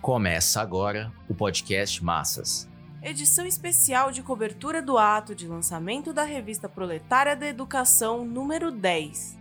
Começa agora o podcast Massas. Edição especial de cobertura do ato de lançamento da Revista Proletária da Educação número 10.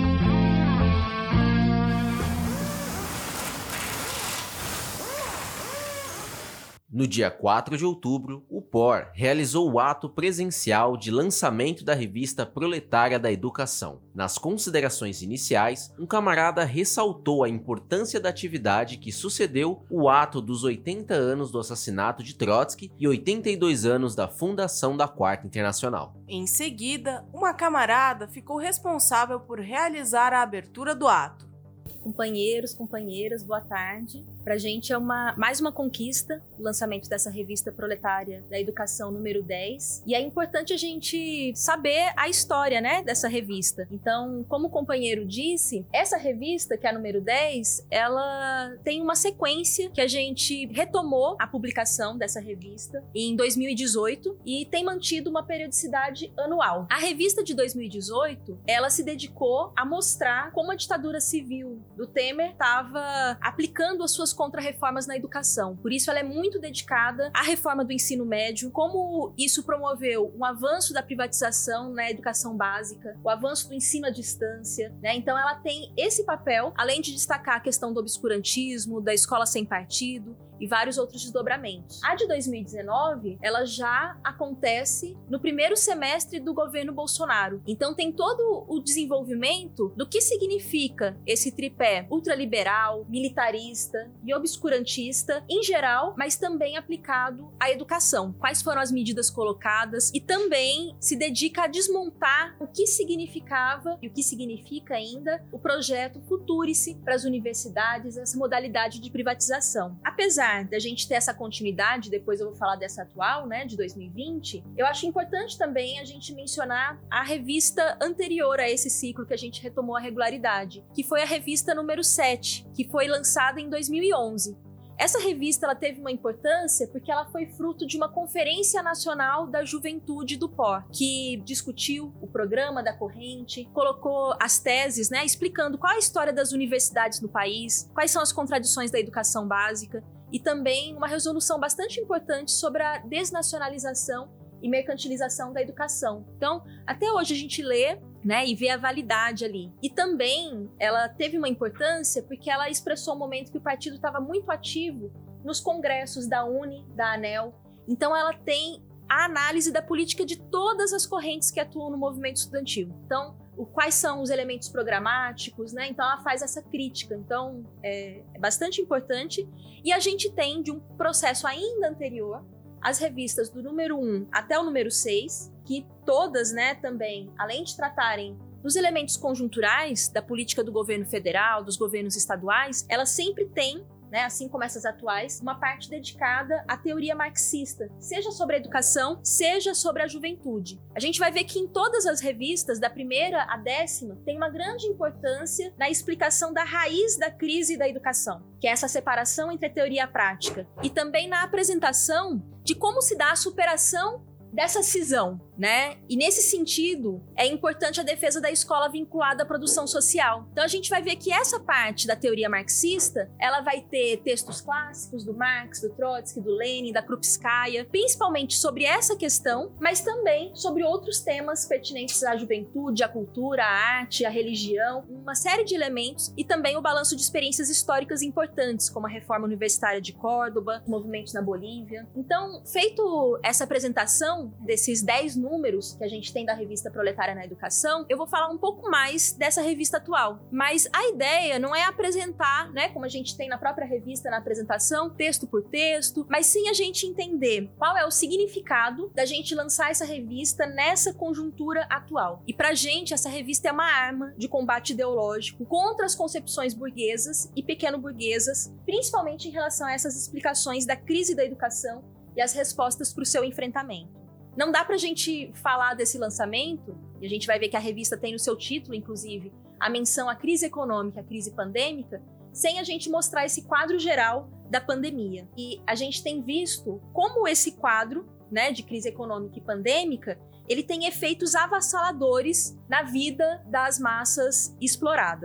No dia 4 de outubro, o POR realizou o ato presencial de lançamento da Revista Proletária da Educação. Nas considerações iniciais, um camarada ressaltou a importância da atividade que sucedeu o ato dos 80 anos do assassinato de Trotsky e 82 anos da fundação da Quarta Internacional. Em seguida, uma camarada ficou responsável por realizar a abertura do ato. Companheiros, companheiras, boa tarde. Pra gente é mais uma conquista, o lançamento dessa Revista Proletária da Educação número 10. E é importante a gente saber a história, né, dessa revista. Então, como o companheiro disse, essa revista, que é a número 10, ela tem uma sequência que a gente retomou a publicação dessa revista em 2018 e tem mantido uma periodicidade anual. A revista de 2018, ela se dedicou a mostrar como a ditadura civil do Temer estava aplicando as suas contra-reformas na educação. Por isso ela é muito dedicada à reforma do ensino médio, como isso promoveu um avanço da privatização na educação básica, o avanço do ensino à distância, né? Então ela tem esse papel, além de destacar a questão do obscurantismo, da escola sem partido e vários outros desdobramentos. A de 2019, ela já acontece no primeiro semestre do governo Bolsonaro. Então tem todo o desenvolvimento do que significa esse tripé ultraliberal, militarista e obscurantista em geral, mas também aplicado à educação. Quais foram as medidas colocadas e também se dedica a desmontar o que significava e o que significa ainda o projeto Futurice para as universidades, essa modalidade de privatização. Apesar da gente ter essa continuidade, depois eu vou falar dessa atual, né, de 2020, eu acho importante também a gente mencionar a revista anterior a esse ciclo que a gente retomou a regularidade, que foi a revista número 7, que foi lançada em 2011. Essa revista ela teve uma importância porque ela foi fruto de uma Conferência Nacional da Juventude do POR, que discutiu o programa da corrente, colocou as teses, né, explicando qual é a história das universidades no país, quais são as contradições da educação básica, e também uma resolução bastante importante sobre a desnacionalização e mercantilização da educação. Então, até hoje a gente lê, né, e vê a validade ali. E também ela teve uma importância porque ela expressou um momento que o partido estava muito ativo nos congressos da UNE, da ANEL. Então ela tem a análise da política de todas as correntes que atuam no movimento estudantil. Então, quais são os elementos programáticos, né? Então ela faz essa crítica. Então é bastante importante. E a gente tem, de um processo ainda anterior, as revistas do número 1 até o número 6, que todas, né, também, além de tratarem dos elementos conjunturais da política do governo federal, dos governos estaduais, elas sempre têm, né, assim como essas atuais, uma parte dedicada à teoria marxista, seja sobre a educação, seja sobre a juventude. A gente vai ver que em todas as revistas, da primeira à 10ª, tem uma grande importância na explicação da raiz da crise da educação, que é essa separação entre a teoria e a prática, e também na apresentação de como se dá a superação dessa cisão, né? E nesse sentido, é importante a defesa da escola vinculada à produção social. Então a gente vai ver que essa parte da teoria marxista, ela vai ter textos clássicos do Marx, do Trotsky, do Lenin, da Krupskaya, principalmente sobre essa questão, mas também sobre outros temas pertinentes à juventude, à cultura, à arte, à religião, uma série de elementos, e também o balanço de experiências históricas importantes, como a reforma universitária de Córdoba, movimentos na Bolívia. Então, feito essa apresentação desses 10 números que a gente tem da Revista Proletária na Educação, eu vou falar um pouco mais dessa revista atual. Mas a ideia não é apresentar, né, como a gente tem na própria revista, na apresentação, texto por texto, mas sim a gente entender qual é o significado da gente lançar essa revista nessa conjuntura atual. E pra gente, essa revista é uma arma de combate ideológico contra as concepções burguesas e pequeno-burguesas, principalmente em relação a essas explicações da crise da educação e as respostas para o seu enfrentamento. Não dá pra gente falar desse lançamento, e a gente vai ver que a revista tem no seu título, inclusive, a menção à crise econômica, à crise pandêmica, sem a gente mostrar esse quadro geral da pandemia. E a gente tem visto como esse quadro, né, de crise econômica e pandêmica, ele tem efeitos avassaladores na vida das massas exploradas.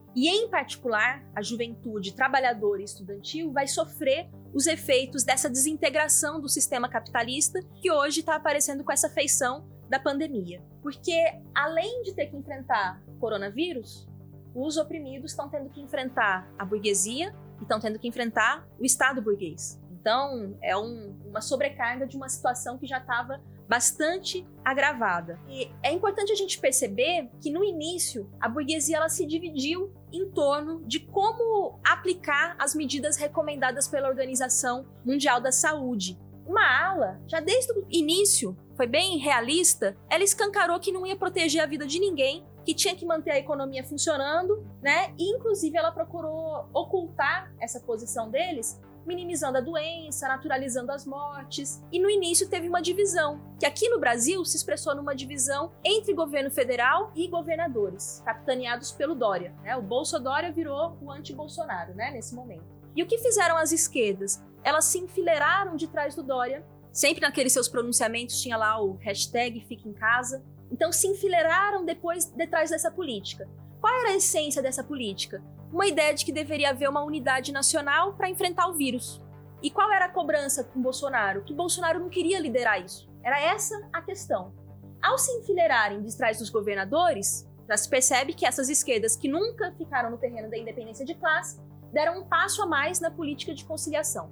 E, em particular, a juventude trabalhadora e estudantil vai sofrer os efeitos dessa desintegração do sistema capitalista que hoje está aparecendo com essa feição da pandemia. Porque, além de ter que enfrentar coronavírus, os oprimidos estão tendo que enfrentar a burguesia e estão tendo que enfrentar o Estado burguês. Então, é uma sobrecarga de uma situação que já estava bastante agravada. E é importante a gente perceber que, no início, a burguesia ela se dividiu em torno de como aplicar as medidas recomendadas pela Organização Mundial da Saúde. Uma ala, já desde o início, foi bem realista, ela escancarou que não ia proteger a vida de ninguém, que tinha que manter a economia funcionando, né? E, inclusive, ela procurou ocultar essa posição deles, minimizando a doença, naturalizando as mortes. E no início teve uma divisão, que aqui no Brasil se expressou numa divisão entre governo federal e governadores, capitaneados pelo Dória, né? O Bolsodória virou o anti-Bolsonaro, né, nesse momento. E o que fizeram as esquerdas? Elas se enfileiraram de trás do Dória, sempre naqueles seus pronunciamentos tinha lá o hashtag Fica em Casa. Então se enfileiraram detrás dessa política. Qual era a essência dessa política? Uma ideia de que deveria haver uma unidade nacional para enfrentar o vírus. E qual era a cobrança com Bolsonaro? Que Bolsonaro não queria liderar isso. Era essa a questão. Ao se enfileirarem de trás dos governadores, já se percebe que essas esquerdas que nunca ficaram no terreno da independência de classe deram um passo a mais na política de conciliação.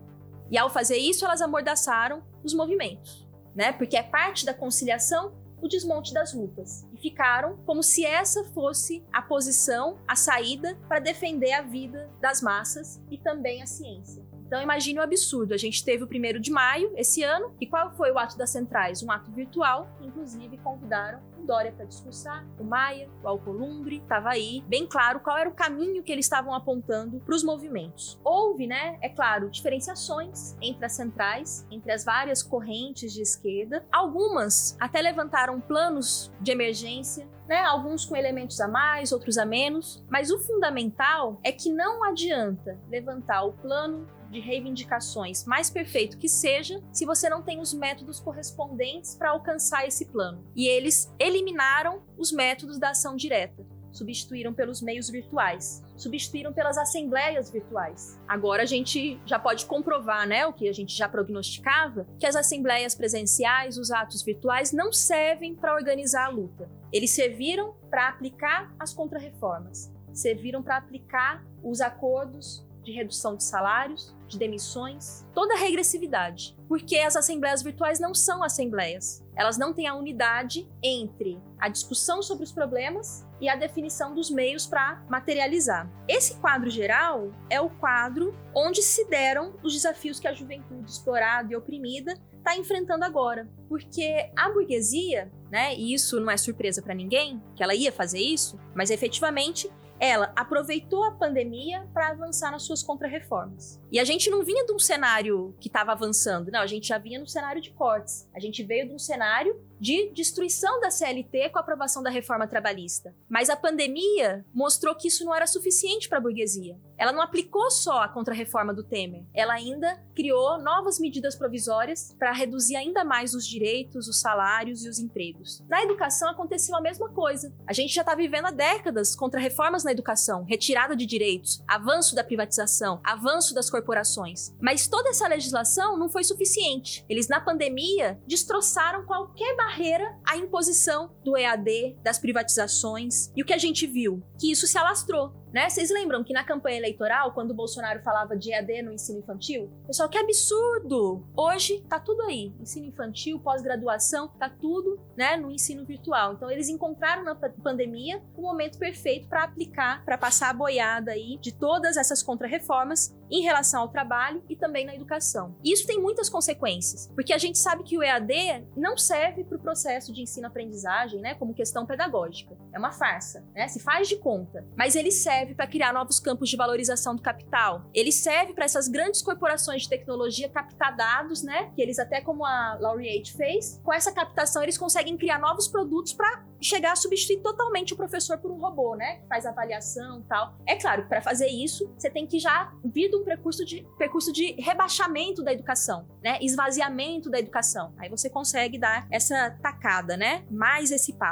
E ao fazer isso, elas amordaçaram os movimentos, né? Porque é parte da conciliação o desmonte das lutas. E ficaram como se essa fosse a posição, a saída para defender a vida das massas e também a ciência. Então imagine o absurdo. A gente teve o 1º de maio esse ano, e qual foi o ato das centrais? Um ato virtual, inclusive convidaram o Dória para discursar, o Maia, o Alcolumbre, estava aí, bem claro qual era o caminho que eles estavam apontando para os movimentos. Houve, né, é claro, diferenciações entre as centrais, entre as várias correntes de esquerda. Algumas até levantaram planos de emergência, né, alguns com elementos a mais, outros a menos, mas o fundamental é que não adianta levantar o plano de reivindicações mais perfeito que seja, se você não tem os métodos correspondentes para alcançar esse plano. E eles eliminaram os métodos da ação direta, substituíram pelos meios virtuais, substituíram pelas assembleias virtuais. Agora a gente já pode comprovar, né, o que a gente já prognosticava, que as assembleias presenciais, os atos virtuais, não servem para organizar a luta. Eles serviram para aplicar as contrarreformas, serviram para aplicar os acordos de redução de salários, de demissões, toda a regressividade. Porque as assembleias virtuais não são assembleias. Elas não têm a unidade entre a discussão sobre os problemas e a definição dos meios para materializar. Esse quadro geral é o quadro onde se deram os desafios que a juventude explorada e oprimida está enfrentando agora. Porque a burguesia, né, e isso não é surpresa para ninguém, que ela ia fazer isso, mas efetivamente ela aproveitou a pandemia para avançar nas suas contrarreformas. E a gente não vinha de um cenário que estava avançando, não, a gente já vinha no cenário de cortes. A gente veio de um cenário de destruição da CLT com a aprovação da reforma trabalhista. Mas a pandemia mostrou que isso não era suficiente para a burguesia. Ela não aplicou só a contrarreforma do Temer, ela ainda criou novas medidas provisórias para reduzir ainda mais os direitos, os salários e os empregos. Na educação aconteceu a mesma coisa. A gente já está vivendo há décadas contrarreformas na educação, retirada de direitos, avanço da privatização, avanço das corporações. Mas toda essa legislação não foi suficiente. Eles, na pandemia, destroçaram qualquer barreira à imposição do EAD, das privatizações. E o que a gente viu? Que isso se alastrou. Né? Vocês lembram que na campanha eleitoral, quando o Bolsonaro falava de EAD no ensino infantil? Pessoal, que absurdo! Hoje tá tudo aí. Ensino infantil, pós-graduação, tá tudo, né, no ensino virtual. Então eles encontraram na pandemia o momento perfeito para aplicar, para passar a boiada aí de todas essas contrarreformas em relação ao trabalho e também na educação. E isso tem muitas consequências, porque a gente sabe que o EAD não serve para o processo de ensino-aprendizagem, né, como questão pedagógica. É uma farsa, né? Se faz de conta. Mas ele serve para criar novos campos de valorização do capital. Ele serve para essas grandes corporações de tecnologia captar dados, né? Que eles, até como a Laureate fez, com essa captação eles conseguem criar novos produtos para chegar a substituir totalmente o professor por um robô, né? Que faz avaliação e tal. É claro que para fazer isso, você tem que já vir de um percurso de rebaixamento da educação, né? Esvaziamento da educação. Aí você consegue dar essa tacada, né? Mais esse passo.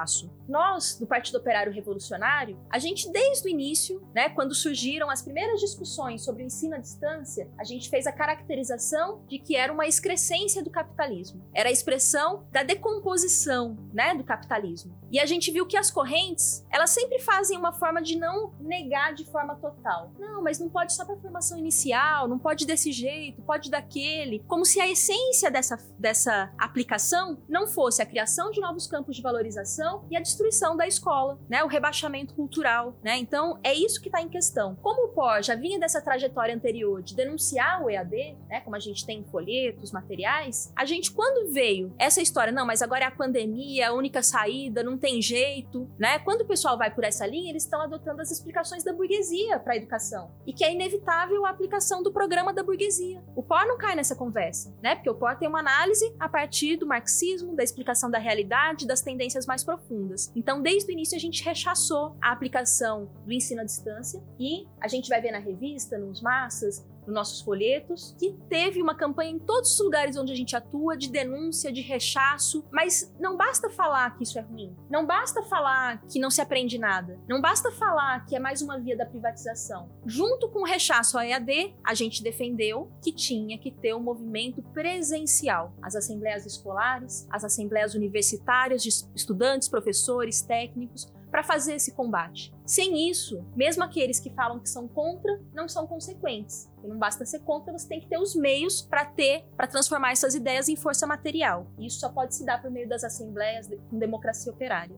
nós, do Partido Operário Revolucionário, a gente desde o início, né, quando surgiram as primeiras discussões sobre o ensino à distância, a gente fez a caracterização de que era uma excrescência do capitalismo. Era a expressão da decomposição, né, do capitalismo. E a gente viu que as correntes, elas sempre fazem uma forma de não negar de forma total. Não, mas não pode só para a formação inicial, não pode desse jeito, pode daquele. Como se a essência dessa aplicação não fosse a criação de novos campos de valorização e a destruição da escola, né, o rebaixamento cultural, né? Então, é isso que está em questão. Como o POR já vinha dessa trajetória anterior de denunciar o EAD, né, como a gente tem em folhetos, materiais, a gente, quando veio essa história, não, mas agora é a pandemia, a única saída, não tem jeito, né? Quando o pessoal vai por essa linha, eles estão adotando as explicações da burguesia para a educação e que é inevitável a aplicação do programa da burguesia. O POR não cai nessa conversa, né? Porque o POR tem uma análise a partir do marxismo, da explicação da realidade, das tendências mais profundas. Então, desde o início, a gente rechaçou a aplicação do ensino à distância e a gente vai ver na revista, nos massas, nos nossos folhetos, que teve uma campanha em todos os lugares onde a gente atua de denúncia, de rechaço, mas não basta falar que isso é ruim, não basta falar que não se aprende nada, não basta falar que é mais uma via da privatização. Junto com o rechaço ao EAD, a gente defendeu que tinha que ter um movimento presencial. As assembleias escolares, as assembleias universitárias de estudantes, professores, técnicos, para fazer esse combate. Sem isso, mesmo aqueles que falam que são contra, não são consequentes. E não basta ser contra, você tem que ter os meios para transformar essas ideias em força material. E isso só pode se dar por meio das assembleias com democracia operária.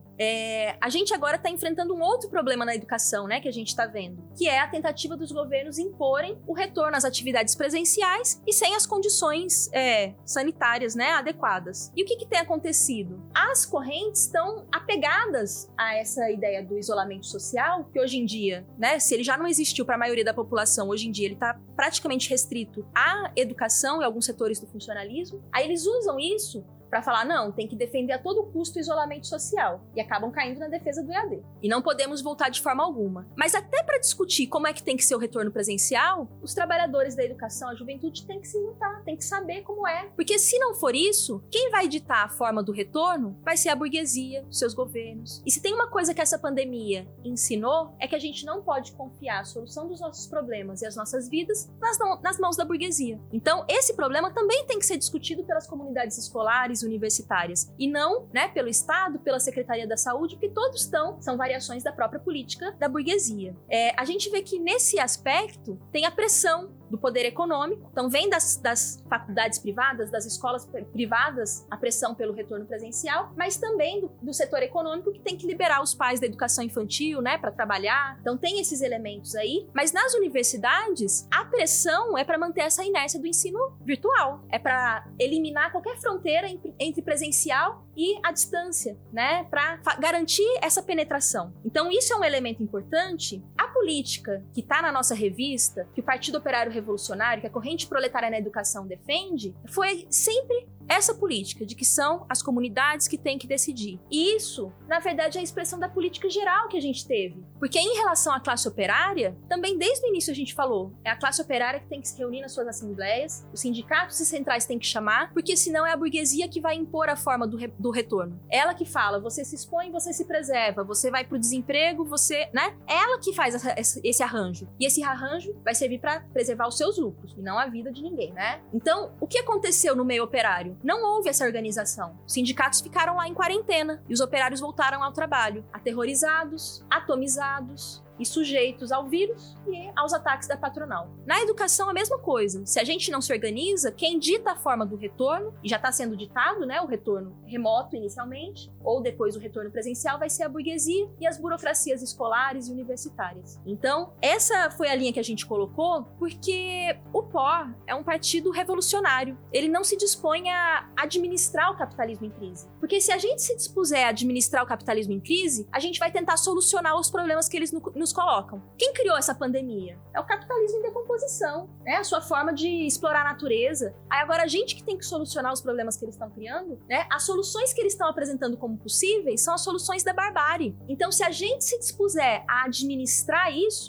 A gente agora está enfrentando um outro problema na educação, né, que a gente está vendo, que é a tentativa dos governos imporem o retorno às atividades presenciais e sem as condições sanitárias, né, adequadas. E o que tem acontecido? As correntes estão apegadas a essa ideia do isolamento social, que hoje em dia, né, se ele já não existiu para a maioria da população, hoje em dia ele está praticamente restrito à educação e alguns setores do funcionalismo. Aí eles usam isso para falar, não, tem que defender a todo custo o isolamento social. E acabam caindo na defesa do EAD. E não podemos voltar de forma alguma. Mas até para discutir como é que tem que ser o retorno presencial, os trabalhadores da educação, a juventude, tem que se juntar, tem que saber como é. Porque se não for isso, quem vai ditar a forma do retorno vai ser a burguesia, os seus governos. E se tem uma coisa que essa pandemia ensinou, é que a gente não pode confiar a solução dos nossos problemas e as nossas vidas nas mãos da burguesia. Então, esse problema também tem que ser discutido pelas comunidades escolares, universitárias, e não, né, pelo Estado, pela Secretaria da Saúde, porque todos são variações da própria política da burguesia. A gente vê que nesse aspecto tem a pressão do poder econômico, então vem das faculdades privadas, das escolas privadas, a pressão pelo retorno presencial, mas também do setor econômico, que tem que liberar os pais da educação infantil, né, para trabalhar. Então tem esses elementos aí, mas nas universidades a pressão é para manter essa inércia do ensino virtual, é para eliminar qualquer fronteira entre presencial e a distância, né, para garantir essa penetração. Então isso é um elemento importante. A política que está na nossa revista, que o Partido Operário Revolucionário, que a corrente proletária na educação defende, foi sempre essa política de que são as comunidades que têm que decidir. E isso, na verdade, é a expressão da política geral que a gente teve. Porque em relação à classe operária, também desde o início a gente falou, é a classe operária que tem que se reunir nas suas assembleias, os sindicatos e centrais têm que chamar, porque senão é a burguesia que vai impor a forma do retorno. Ela que fala, você se expõe, você se preserva, você vai pro desemprego, você, né? É ela que faz esse arranjo. E esse arranjo vai servir para preservar os seus lucros, e não a vida de ninguém, né? Então, o que aconteceu no meio operário? Não houve essa organização. Os sindicatos ficaram lá em quarentena e os operários voltaram ao trabalho, aterrorizados, atomizados e sujeitos ao vírus e aos ataques da patronal. Na educação, a mesma coisa. Se a gente não se organiza, quem dita a forma do retorno, e já está sendo ditado, né, o retorno remoto inicialmente, ou depois o retorno presencial, vai ser a burguesia e as burocracias escolares e universitárias. Então, essa foi a linha que a gente colocou, porque o POR é um partido revolucionário. Ele não se dispõe a administrar o capitalismo em crise. Porque se a gente se dispuser a administrar o capitalismo em crise, a gente vai tentar solucionar os problemas que eles nos colocam. Quem criou essa pandemia? É o capitalismo em decomposição, né? A sua forma de explorar a natureza. Aí agora a gente que tem que solucionar os problemas que eles estão criando, né? As soluções que eles estão apresentando como possíveis são as soluções da barbárie. Então, se a gente se dispuser a administrar isso,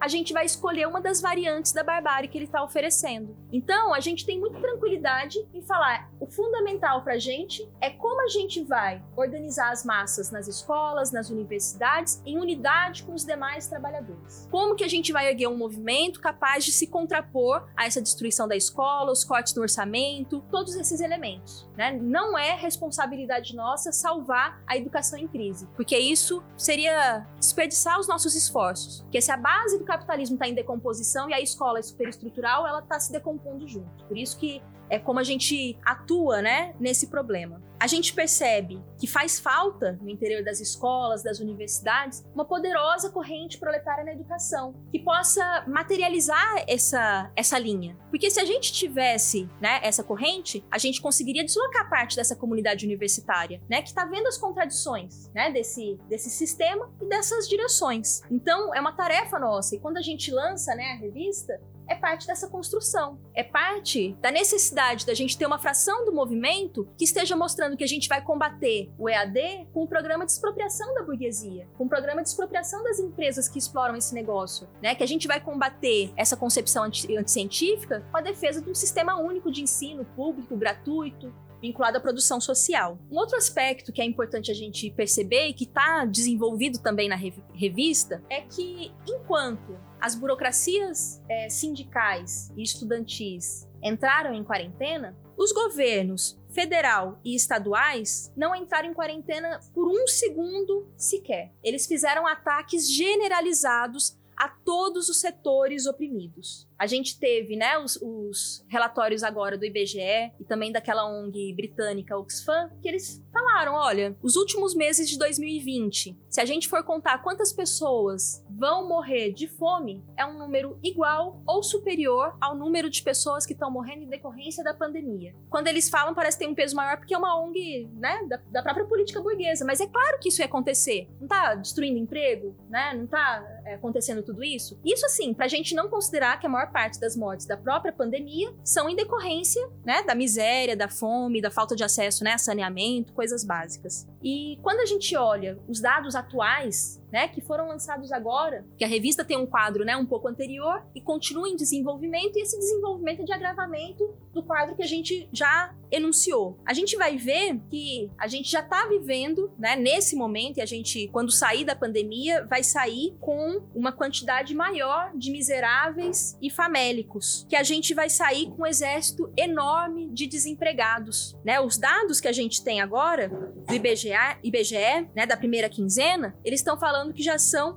a gente vai escolher uma das variantes da barbárie que ele está oferecendo. Então, a gente tem muita tranquilidade em falar, o fundamental para a gente é como a gente vai organizar as massas nas escolas, nas universidades, em unidade com os demais trabalhadores. Como que a gente vai erguer um movimento capaz de se contrapor a essa destruição da escola, os cortes no orçamento, todos esses elementos, né? Não é responsabilidade nossa salvar a educação em crise, porque isso seria desperdiçar os nossos esforços, porque se a base do capitalismo está em decomposição e a escola é superestrutural, ela está se decompondo junto. Por isso que é como a gente atua, né, nesse problema. A gente percebe que faz falta, no interior das escolas, das universidades, uma poderosa corrente proletária na educação, que possa materializar essa linha. Porque se a gente tivesse, né, essa corrente, a gente conseguiria deslocar parte dessa comunidade universitária, né, que está vendo as contradições, né, desse sistema e dessas direções. Então, é uma tarefa nossa. E quando a gente lança, né, a revista, é parte dessa construção, é parte da necessidade da gente ter uma fração do movimento que esteja mostrando que a gente vai combater o EAD com o programa de expropriação da burguesia, com o programa de expropriação das empresas que exploram esse negócio, né? Que a gente vai combater essa concepção anticientífica com a defesa de um sistema único de ensino público, gratuito, vinculado à produção social. Um outro aspecto que é importante a gente perceber e que está desenvolvido também na revista é que, enquanto as burocracias sindicais e estudantis entraram em quarentena, os governos federal e estaduais não entraram em quarentena por um segundo sequer. Eles fizeram ataques generalizados a todos os setores oprimidos. A gente teve, né, os relatórios agora do IBGE e também daquela ONG britânica Oxfam, que eles falaram, olha, os últimos meses de 2020, se a gente for contar quantas pessoas vão morrer de fome, é um número igual ou superior ao número de pessoas que estão morrendo em decorrência da pandemia. Quando eles falam, parece que tem um peso maior porque é uma ONG, né, da própria política burguesa, mas é claro que isso ia acontecer. Não tá destruindo emprego, né? Não tá acontecendo tudo isso? Isso, assim, pra gente não considerar que a maior parte das mortes da própria pandemia são em decorrência, né, da miséria, da fome, da falta de acesso, né, a saneamento, coisas básicas. E quando a gente olha os dados atuais, né, que foram lançados agora, que a revista tem um quadro, né, um pouco anterior e continua em desenvolvimento, e esse desenvolvimento é de agravamento do quadro que a gente já enunciou. A gente vai ver que a gente já está vivendo, né, nesse momento, e a gente, quando sair da pandemia, vai sair com uma quantidade maior de miseráveis e famélicos, que a gente vai sair com um exército enorme de desempregados, né? Os dados que a gente tem agora do IBGE, né, da primeira quinzena, eles estão falando que já são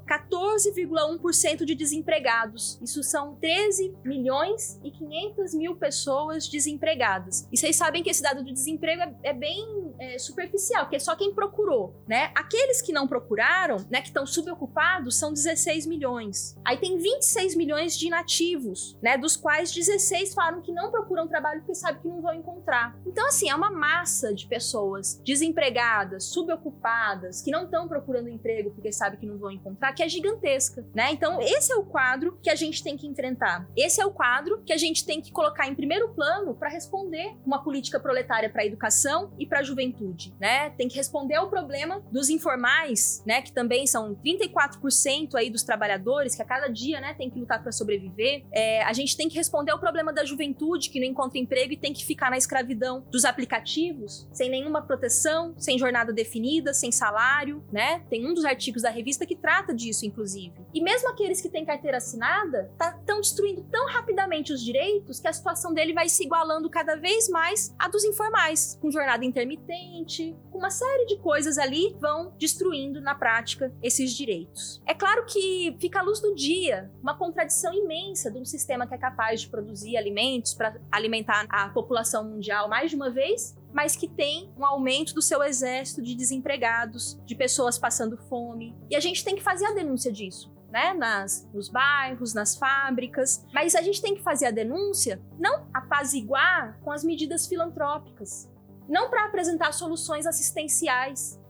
14,1% de desempregados. Isso são 13 milhões e 500 mil pessoas desempregadas. E vocês sabem que esse dado do desemprego é bem superficial, porque é só quem procurou, né? Aqueles que não procuraram, né, que estão subocupados, são 16 milhões. Aí tem 26 milhões de inativos, né, dos quais 16 falaram que não procuram trabalho porque sabem que não vão encontrar. Então, assim, é uma massa de pessoas desempregadas, subocupadas, que não estão procurando emprego porque sabem que não vão encontrar, que é gigantesca, né? Então, esse é o quadro que a gente tem que enfrentar. Esse é o quadro que a gente tem que colocar em primeiro plano para responder uma política proletária para a educação e para a juventude, né? Tem que responder ao problema dos informais, né, que também são 34% aí dos trabalhadores que a cada dia, né, tem que lutar para sobreviver. A gente tem que responder ao problema da juventude que não encontra emprego e tem que ficar na escravidão dos aplicativos, sem nenhuma proteção, sem jornada definida, sem salário, né? Tem um dos artigos da revista que trata disso, inclusive. E mesmo aqueles que têm carteira assinada estão destruindo tão rapidamente os direitos que a situação dele vai se igualando cada vez mais à dos informais, com jornada intermitente, com uma série de coisas ali vão destruindo na prática esses direitos. É claro que fica à luz do dia uma contradição imensa de um sistema que é capaz de produzir alimentos para alimentar a população mundial mais de uma vez, mas que tem um aumento do seu exército de desempregados, de pessoas passando fome. E a gente tem que fazer a denúncia disso, né? Nos bairros, nas fábricas. Mas a gente tem que fazer a denúncia não apaziguar com as medidas filantrópicas, não para apresentar soluções assistenciais,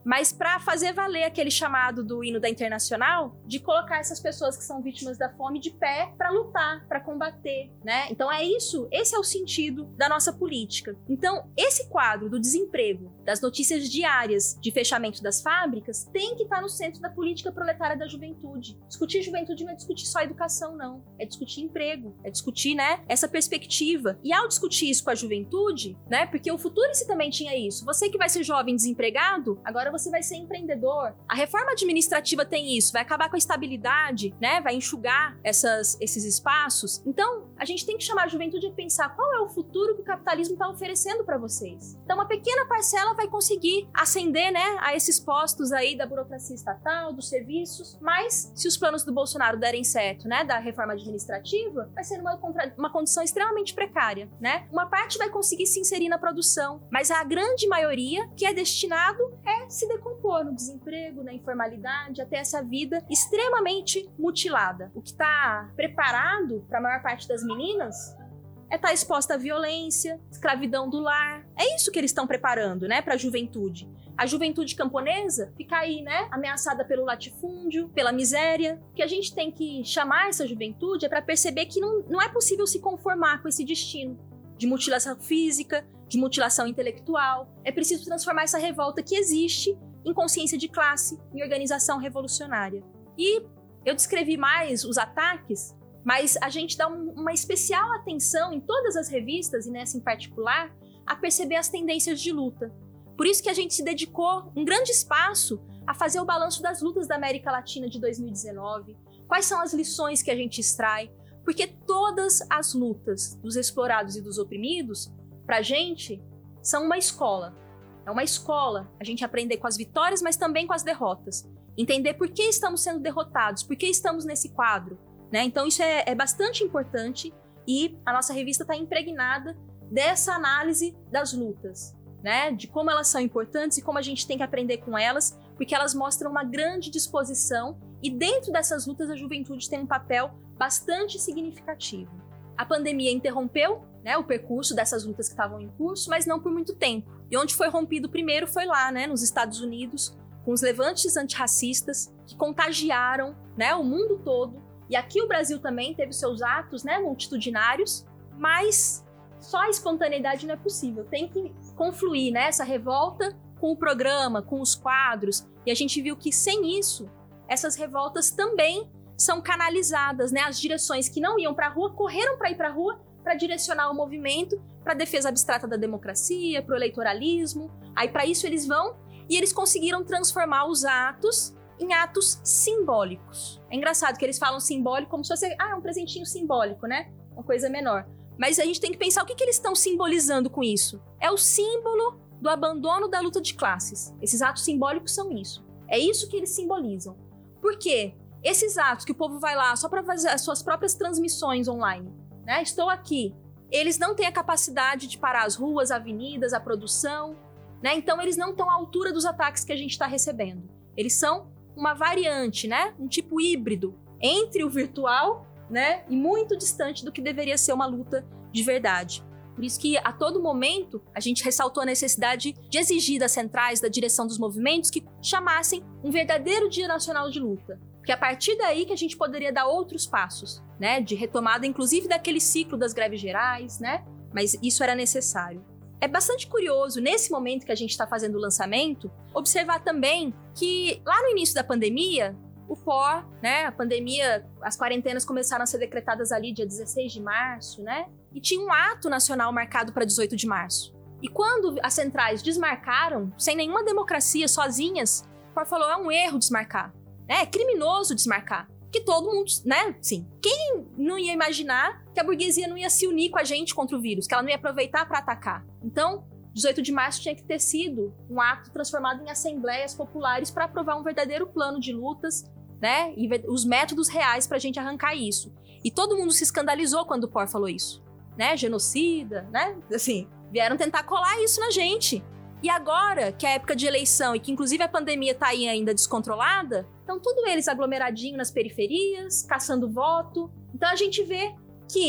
mas para fazer valer aquele chamado do hino da Internacional, de colocar essas pessoas que são vítimas da fome de pé para lutar, para combater, né? Então é isso, esse é o sentido da nossa política. Então, esse quadro do desemprego, das notícias diárias de fechamento das fábricas, tem que estar no centro da política proletária da juventude. Discutir juventude não é discutir só educação, não. É discutir emprego, é discutir, né, essa perspectiva. E ao discutir isso com a juventude, né, porque o Futurice também tinha isso. Você que vai ser jovem desempregado, agora você vai ser empreendedor. A reforma administrativa tem isso, vai acabar com a estabilidade, né, vai enxugar esses espaços. Então, a gente tem que chamar a juventude a pensar qual é o futuro que o capitalismo está oferecendo para vocês. Então, uma pequena parcela vai conseguir ascender, né, a esses postos aí da burocracia estatal, dos serviços, mas se os planos do Bolsonaro derem certo, né, da reforma administrativa, vai ser uma condição extremamente precária, né? Uma parte vai conseguir se inserir na produção, mas a grande maioria que é destinado é se decompor no desemprego, na informalidade, até essa vida extremamente mutilada. O que está preparado para a maior parte das meninas é estar exposta à violência, escravidão do lar. É isso que eles estão preparando, né, para a juventude. A juventude camponesa fica aí, né, ameaçada pelo latifúndio, pela miséria. O que a gente tem que chamar essa juventude é para perceber que não é possível se conformar com esse destino de mutilação física, de mutilação intelectual. É preciso transformar essa revolta que existe em consciência de classe, em organização revolucionária. E eu descrevi mais os ataques, mas a gente dá uma especial atenção em todas as revistas, e nessa em particular, a perceber as tendências de luta. Por isso que a gente se dedicou um grande espaço a fazer o balanço das lutas da América Latina de 2019. Quais são as lições que a gente extrai? Porque todas as lutas dos explorados e dos oprimidos, pra gente, são uma escola. É uma escola a gente aprender com as vitórias, mas também com as derrotas. Entender por que estamos sendo derrotados, por que estamos nesse quadro, né? Então isso é bastante importante e a nossa revista está impregnada dessa análise das lutas, né? De como elas são importantes e como a gente tem que aprender com elas, porque elas mostram uma grande disposição e dentro dessas lutas a juventude tem um papel bastante significativo. A pandemia interrompeu, né, o percurso dessas lutas que estavam em curso, mas não por muito tempo. E onde foi rompido primeiro foi lá, né, nos Estados Unidos, com os levantes antirracistas que contagiaram, né, o mundo todo. E aqui o Brasil também teve seus atos, né, multitudinários, mas só a espontaneidade não é possível. Tem que confluir, né, essa revolta com o programa, com os quadros. E a gente viu que sem isso, essas revoltas também são canalizadas, né? As direções que não iam para a rua correram para ir para a rua para direcionar o movimento para a defesa abstrata da democracia, para o eleitoralismo. Aí para isso eles vão e eles conseguiram transformar os atos em atos simbólicos. É engraçado que eles falam simbólico como se fosse um presentinho simbólico, né? Uma coisa menor. Mas a gente tem que pensar o que eles estão simbolizando com isso. É o símbolo do abandono da luta de classes. Esses atos simbólicos são isso. É isso que eles simbolizam. Por quê? Esses atos que o povo vai lá só para fazer as suas próprias transmissões online, né? Estou aqui. Eles não têm a capacidade de parar as ruas, avenidas, a produção, né? Então eles não estão à altura dos ataques que a gente está recebendo. Eles são uma variante, né? Um tipo híbrido entre o virtual, né? E muito distante do que deveria ser uma luta de verdade. Por isso que, a todo momento, a gente ressaltou a necessidade de exigir das centrais, da direção dos movimentos, que chamassem um verdadeiro Dia Nacional de Luta. Porque a partir daí que a gente poderia dar outros passos, né? De retomada, inclusive, daquele ciclo das greves gerais, né? Mas isso era necessário. É bastante curioso, nesse momento que a gente está fazendo o lançamento, observar também que, lá no início da pandemia, o POR, né? A pandemia, as quarentenas começaram a ser decretadas ali dia 16 de março, né? E tinha um ato nacional marcado para 18 de março. E quando as centrais desmarcaram, sem nenhuma democracia, sozinhas, o POR falou, é um erro desmarcar. É criminoso desmarcar. Que todo mundo, né? Sim. Quem não ia imaginar que a burguesia não ia se unir com a gente contra o vírus, que ela não ia aproveitar para atacar. Então, 18 de março tinha que ter sido um ato transformado em assembleias populares para aprovar um verdadeiro plano de lutas, né? E os métodos reais para a gente arrancar isso. E todo mundo se escandalizou quando o POR falou isso, né? Genocida, né? Assim, vieram tentar colar isso na gente. E agora, que é a época de eleição e que inclusive a pandemia tá aí ainda descontrolada, estão tudo eles aglomeradinho nas periferias, caçando voto. Então a gente vê que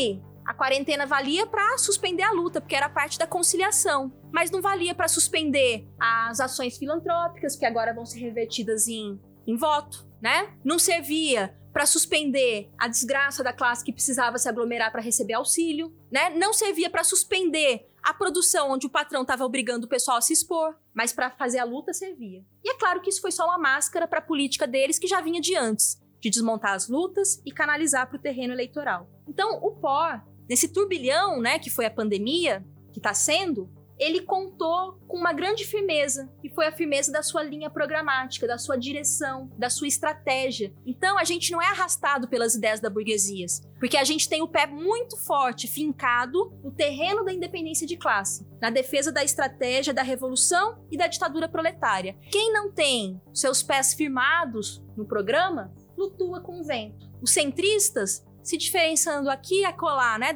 A quarentena valia para suspender a luta, porque era parte da conciliação. Mas não valia para suspender as ações filantrópicas, que agora vão ser revertidas em voto, né? Não servia para suspender a desgraça da classe que precisava se aglomerar para receber auxílio, né? Não servia para suspender a produção onde o patrão estava obrigando o pessoal a se expor, mas para fazer a luta servia. E é claro que isso foi só uma máscara para a política deles que já vinha de antes, de desmontar as lutas e canalizar para o terreno eleitoral. Então, o POR, nesse turbilhão, né, que foi a pandemia, que está sendo, ele contou com uma grande firmeza, que foi a firmeza da sua linha programática, da sua direção, da sua estratégia. Então, a gente não é arrastado pelas ideias da burguesia, porque a gente tem o pé muito forte, fincado no terreno da independência de classe, na defesa da estratégia da revolução e da ditadura proletária. Quem não tem seus pés firmados no programa, flutua com o vento. Os centristas, se diferenciando aqui e acolá, né,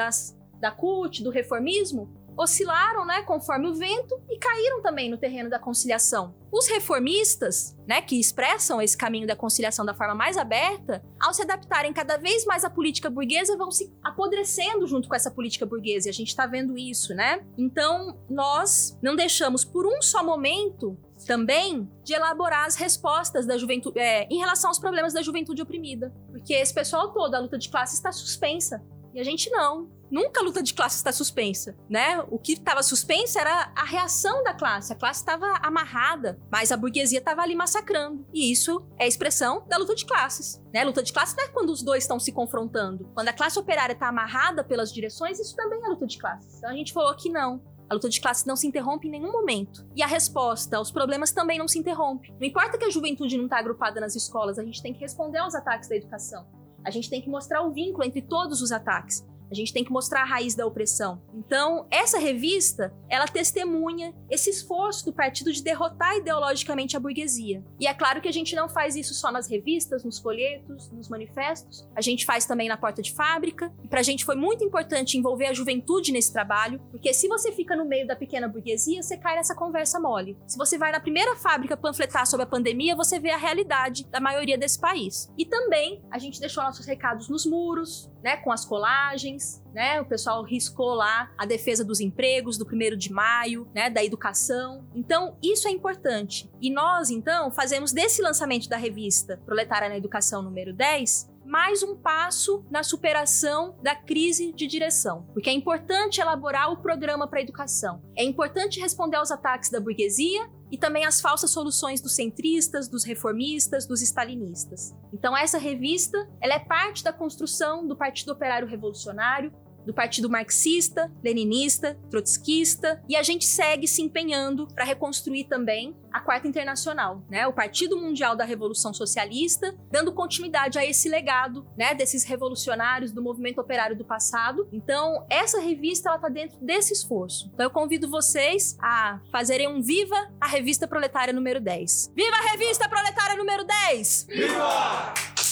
da CUT, do reformismo, oscilaram, né, conforme o vento e caíram também no terreno da conciliação. Os reformistas, né, que expressam esse caminho da conciliação da forma mais aberta, ao se adaptarem cada vez mais à política burguesa, vão se apodrecendo junto com essa política burguesa. E a gente está vendo isso, né? Então, nós não deixamos por um só momento também de elaborar as respostas da juventude em relação aos problemas da juventude oprimida. Porque esse pessoal todo, a luta de classe está suspensa. E a gente não. Nunca a luta de classe está suspensa, né? O que estava suspensa era a reação da classe. A classe estava amarrada, mas a burguesia estava ali massacrando. E isso é a expressão da luta de classes, né? Luta de classe não é quando os dois estão se confrontando. Quando a classe operária está amarrada pelas direções, isso também é luta de classes. Então a gente falou que não. A luta de classe não se interrompe em nenhum momento. E a resposta aos problemas também não se interrompe. Não importa que a juventude não está agrupada nas escolas, a gente tem que responder aos ataques da educação. A gente tem que mostrar o vínculo entre todos os ataques. A gente tem que mostrar a raiz da opressão. Então, essa revista, ela testemunha esse esforço do partido de derrotar ideologicamente a burguesia. E é claro que a gente não faz isso só nas revistas, nos folhetos, nos manifestos. A gente faz também na porta de fábrica. E pra gente foi muito importante envolver a juventude nesse trabalho, porque se você fica no meio da pequena burguesia, você cai nessa conversa mole. Se você vai na primeira fábrica panfletar sobre a pandemia, você vê a realidade da maioria desse país. E também, a gente deixou nossos recados nos muros, né, com as colagens, né? O pessoal riscou lá a defesa dos empregos do 1º de maio, né, da educação. Então, isso é importante. E nós, então, fazemos desse lançamento da revista Proletária na Educação número 10 mais um passo na superação da crise de direção. Porque é importante elaborar o programa para a educação. É importante responder aos ataques da burguesia e também às falsas soluções dos centristas, dos reformistas, dos stalinistas. Então essa revista, ela é parte da construção do Partido Operário Revolucionário, do Partido Marxista, Leninista, Trotskista, e a gente segue se empenhando para reconstruir também a Quarta Internacional, né? O Partido Mundial da Revolução Socialista, dando continuidade a esse legado, né, desses revolucionários do movimento operário do passado. Então, essa revista, ela está dentro desse esforço. Então, eu convido vocês a fazerem um Viva a Revista Proletária número 10. Viva a Revista Proletária número 10! Viva!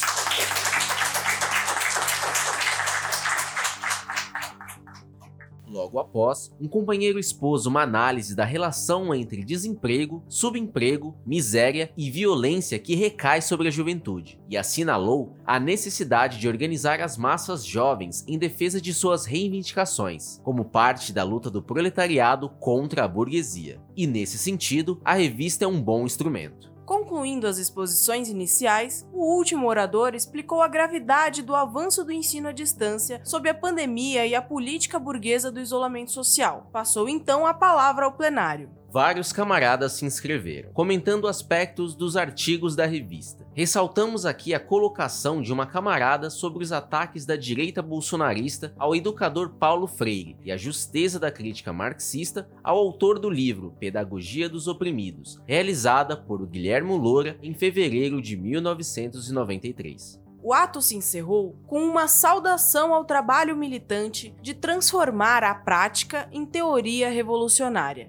Logo após, um companheiro expôs uma análise da relação entre desemprego, subemprego, miséria e violência que recai sobre a juventude, e assinalou a necessidade de organizar as massas jovens em defesa de suas reivindicações, como parte da luta do proletariado contra a burguesia. E nesse sentido, a revista é um bom instrumento. Concluindo as exposições iniciais, o último orador explicou a gravidade do avanço do ensino à distância sob a pandemia e a política burguesa do isolamento social. Passou então a palavra ao plenário. Vários camaradas se inscreveram, comentando aspectos dos artigos da revista. Ressaltamos aqui a colocação de uma camarada sobre os ataques da direita bolsonarista ao educador Paulo Freire e a justeza da crítica marxista ao autor do livro Pedagogia dos Oprimidos, realizada por Guilherme Loura em fevereiro de 1993. O ato se encerrou com uma saudação ao trabalho militante de transformar a prática em teoria revolucionária.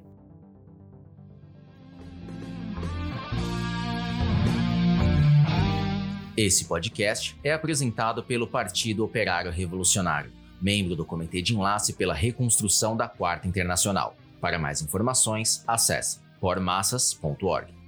Esse podcast é apresentado pelo Partido Operário Revolucionário, membro do Comitê de Enlace pela Reconstrução da Quarta Internacional. Para mais informações, acesse pormassas.org.